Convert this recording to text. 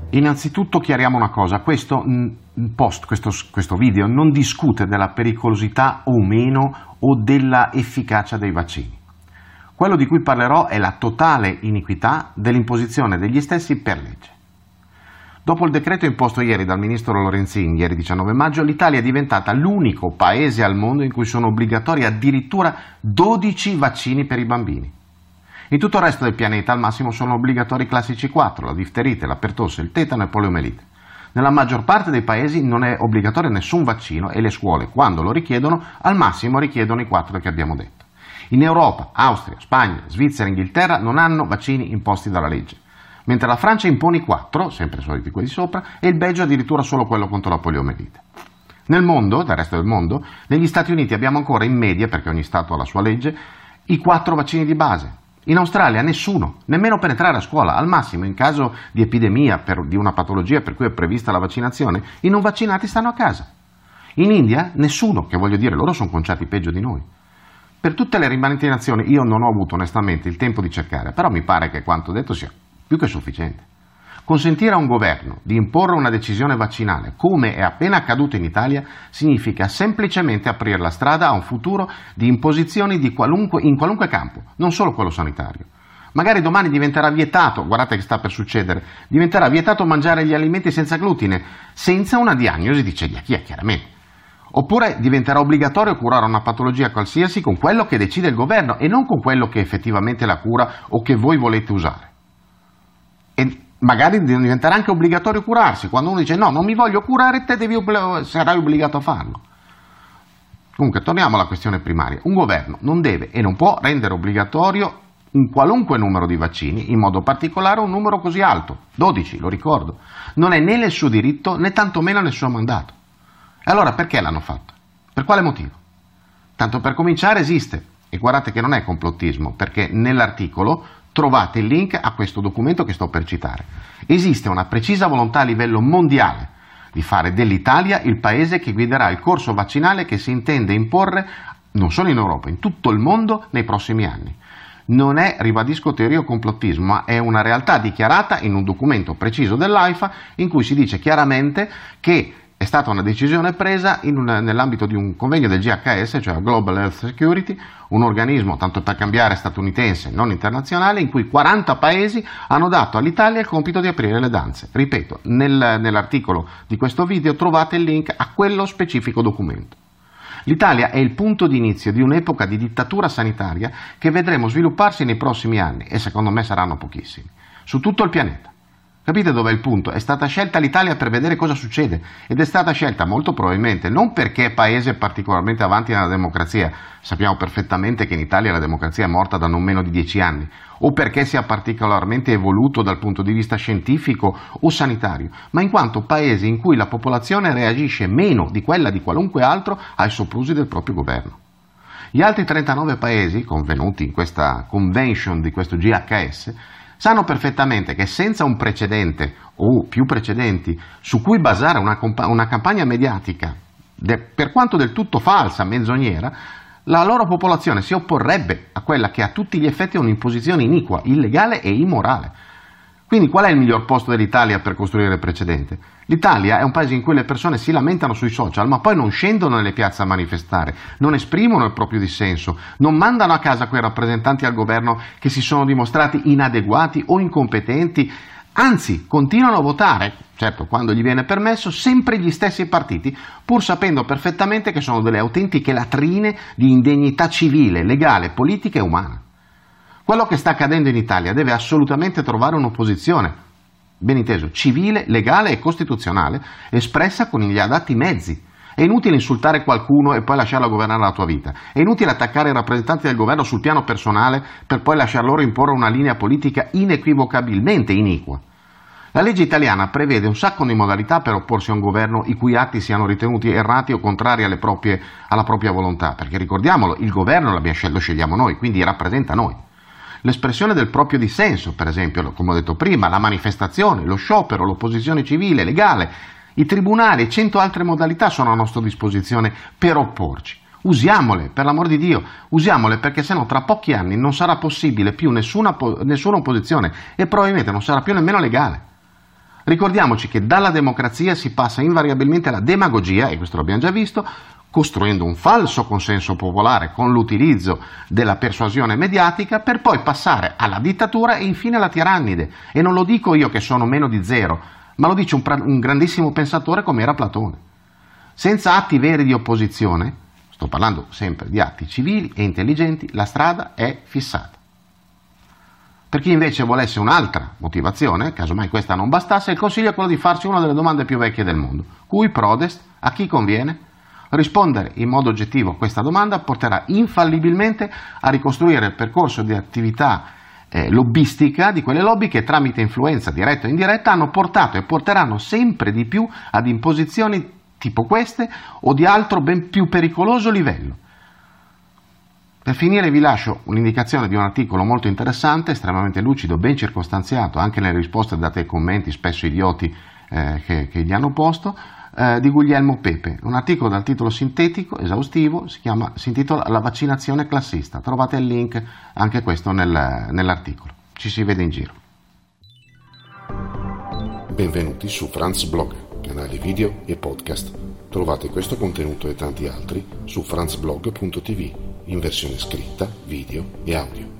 Innanzitutto chiariamo una cosa, questo video non discute della pericolosità o meno o della efficacia dei vaccini. Quello di cui parlerò è la totale iniquità dell'imposizione degli stessi per legge. Dopo il decreto imposto ieri dal ministro Lorenzin, ieri 19 maggio, l'Italia è diventata l'unico paese al mondo in cui sono obbligatori addirittura 12 vaccini per i bambini. In tutto il resto del pianeta al massimo sono obbligatori classici 4, la difterite, la pertosse, il tetano e il poliomelite. Nella maggior parte dei paesi non è obbligatorio nessun vaccino e le scuole, quando lo richiedono, al massimo richiedono i 4 che abbiamo detto. In Europa, Austria, Spagna, Svizzera e Inghilterra non hanno vaccini imposti dalla legge, mentre la Francia impone i 4, sempre soliti quelli sopra, e il Belgio addirittura solo quello contro la poliomelite. Nel mondo, del resto del mondo, negli Stati Uniti abbiamo ancora in media, perché ogni Stato ha la sua legge, i 4 vaccini di base. In Australia nessuno, nemmeno per entrare a scuola, al massimo in caso di epidemia di una patologia per cui è prevista la vaccinazione, i non vaccinati stanno a casa. In India nessuno, che voglio dire, loro sono conciati peggio di noi. Per tutte le rimanenti nazioni io non ho avuto onestamente il tempo di cercare, però mi pare che quanto detto sia più che sufficiente. Consentire a un governo di imporre una decisione vaccinale, come è appena accaduto in Italia, significa semplicemente aprire la strada a un futuro di imposizioni in qualunque campo, non solo quello sanitario. Magari domani diventerà vietato, guardate che sta per succedere, diventerà vietato mangiare gli alimenti senza glutine, senza una diagnosi di celiachia, chiaramente. Oppure diventerà obbligatorio curare una patologia qualsiasi con quello che decide il governo e non con quello che effettivamente la cura o che voi volete usare. E magari diventerà anche obbligatorio curarsi, quando uno dice no, non mi voglio curare, te sarai obbligato a farlo. Comunque torniamo alla questione primaria. Un governo non deve e non può rendere obbligatorio un qualunque numero di vaccini, in modo particolare un numero così alto, 12, lo ricordo. Non è né nel suo diritto né tantomeno nel suo mandato. E allora perché l'hanno fatto? Per quale motivo? Tanto per cominciare esiste, e guardate che non è complottismo, perché nell'articolo trovate il link a questo documento che sto per citare. Esiste una precisa volontà a livello mondiale di fare dell'Italia il paese che guiderà il corso vaccinale che si intende imporre non solo in Europa, in tutto il mondo nei prossimi anni. Non è, ribadisco, teoria o complottismo, ma è una realtà dichiarata in un documento preciso dell'AIFA in cui si dice chiaramente che è stata una decisione presa nell'ambito di un convegno del GHS, cioè Global Health Security, un organismo, tanto per cambiare, statunitense, non internazionale, in cui 40 paesi hanno dato all'Italia il compito di aprire le danze. Ripeto, nell'articolo di questo video trovate il link a quello specifico documento. L'Italia è il punto di inizio di un'epoca di dittatura sanitaria che vedremo svilupparsi nei prossimi anni, e secondo me saranno pochissimi, su tutto il pianeta. Capite dov'è il punto? È stata scelta l'Italia per vedere cosa succede ed è stata scelta molto probabilmente non perché è paese particolarmente avanti nella democrazia, sappiamo perfettamente che in Italia la democrazia è morta da non meno di 10 anni, o perché sia particolarmente evoluto dal punto di vista scientifico o sanitario, ma in quanto paese in cui la popolazione reagisce meno di quella di qualunque altro ai soprusi del proprio governo. Gli altri 39 paesi convenuti in questa convention di questo GHS sanno perfettamente che senza un precedente o più precedenti su cui basare una campagna mediatica, per quanto del tutto falsa, menzognera, la loro popolazione si opporrebbe a quella che a tutti gli effetti è un'imposizione iniqua, illegale e immorale. Quindi qual è il miglior posto dell'Italia per costruire precedente? L'Italia è un paese in cui le persone si lamentano sui social, ma poi non scendono nelle piazze a manifestare, non esprimono il proprio dissenso, non mandano a casa quei rappresentanti al governo che si sono dimostrati inadeguati o incompetenti, anzi continuano a votare, certo quando gli viene permesso, sempre gli stessi partiti, pur sapendo perfettamente che sono delle autentiche latrine di indegnità civile, legale, politica e umana. Quello che sta accadendo in Italia deve assolutamente trovare un'opposizione, ben inteso, civile, legale e costituzionale, espressa con gli adatti mezzi. È inutile insultare qualcuno e poi lasciarlo governare la tua vita. È inutile attaccare i rappresentanti del governo sul piano personale per poi lasciar loro imporre una linea politica inequivocabilmente iniqua. La legge italiana prevede un sacco di modalità per opporsi a un governo i cui atti siano ritenuti errati o contrari alla propria volontà, perché ricordiamolo, il governo lo scegliamo noi, quindi rappresenta noi. L'espressione del proprio dissenso, per esempio, come ho detto prima, la manifestazione, lo sciopero, l'opposizione civile, legale, i tribunali e 100 altre modalità sono a nostra disposizione per opporci. Usiamole, per l'amor di Dio, usiamole perché sennò tra pochi anni non sarà possibile più nessuna opposizione e probabilmente non sarà più nemmeno legale. Ricordiamoci che dalla democrazia si passa invariabilmente alla demagogia, e questo l'abbiamo già visto, costruendo un falso consenso popolare con l'utilizzo della persuasione mediatica, per poi passare alla dittatura e infine alla tirannide. E non lo dico io che sono meno di zero, ma lo dice un grandissimo pensatore come era Platone. Senza atti veri di opposizione, sto parlando sempre di atti civili e intelligenti, la strada è fissata. Per chi invece volesse un'altra motivazione, casomai questa non bastasse, il consiglio è quello di farsi una delle domande più vecchie del mondo. Cui prodest? A chi conviene? Rispondere in modo oggettivo a questa domanda porterà infallibilmente a ricostruire il percorso di attività lobbistica di quelle lobby che tramite influenza diretta o indiretta hanno portato e porteranno sempre di più ad imposizioni tipo queste o di altro ben più pericoloso livello. Per finire vi lascio un'indicazione di un articolo molto interessante, estremamente lucido, ben circostanziato, anche nelle risposte date ai commenti spesso idioti che gli hanno posto, di Guglielmo Pepe, un articolo dal titolo sintetico, esaustivo, si intitola La vaccinazione classista. Trovate il link anche questo nell'articolo. Ci si vede in giro. Benvenuti su Franz Blog, canale video e podcast. Trovate questo contenuto e tanti altri su franzblog.tv in versione scritta, video e audio.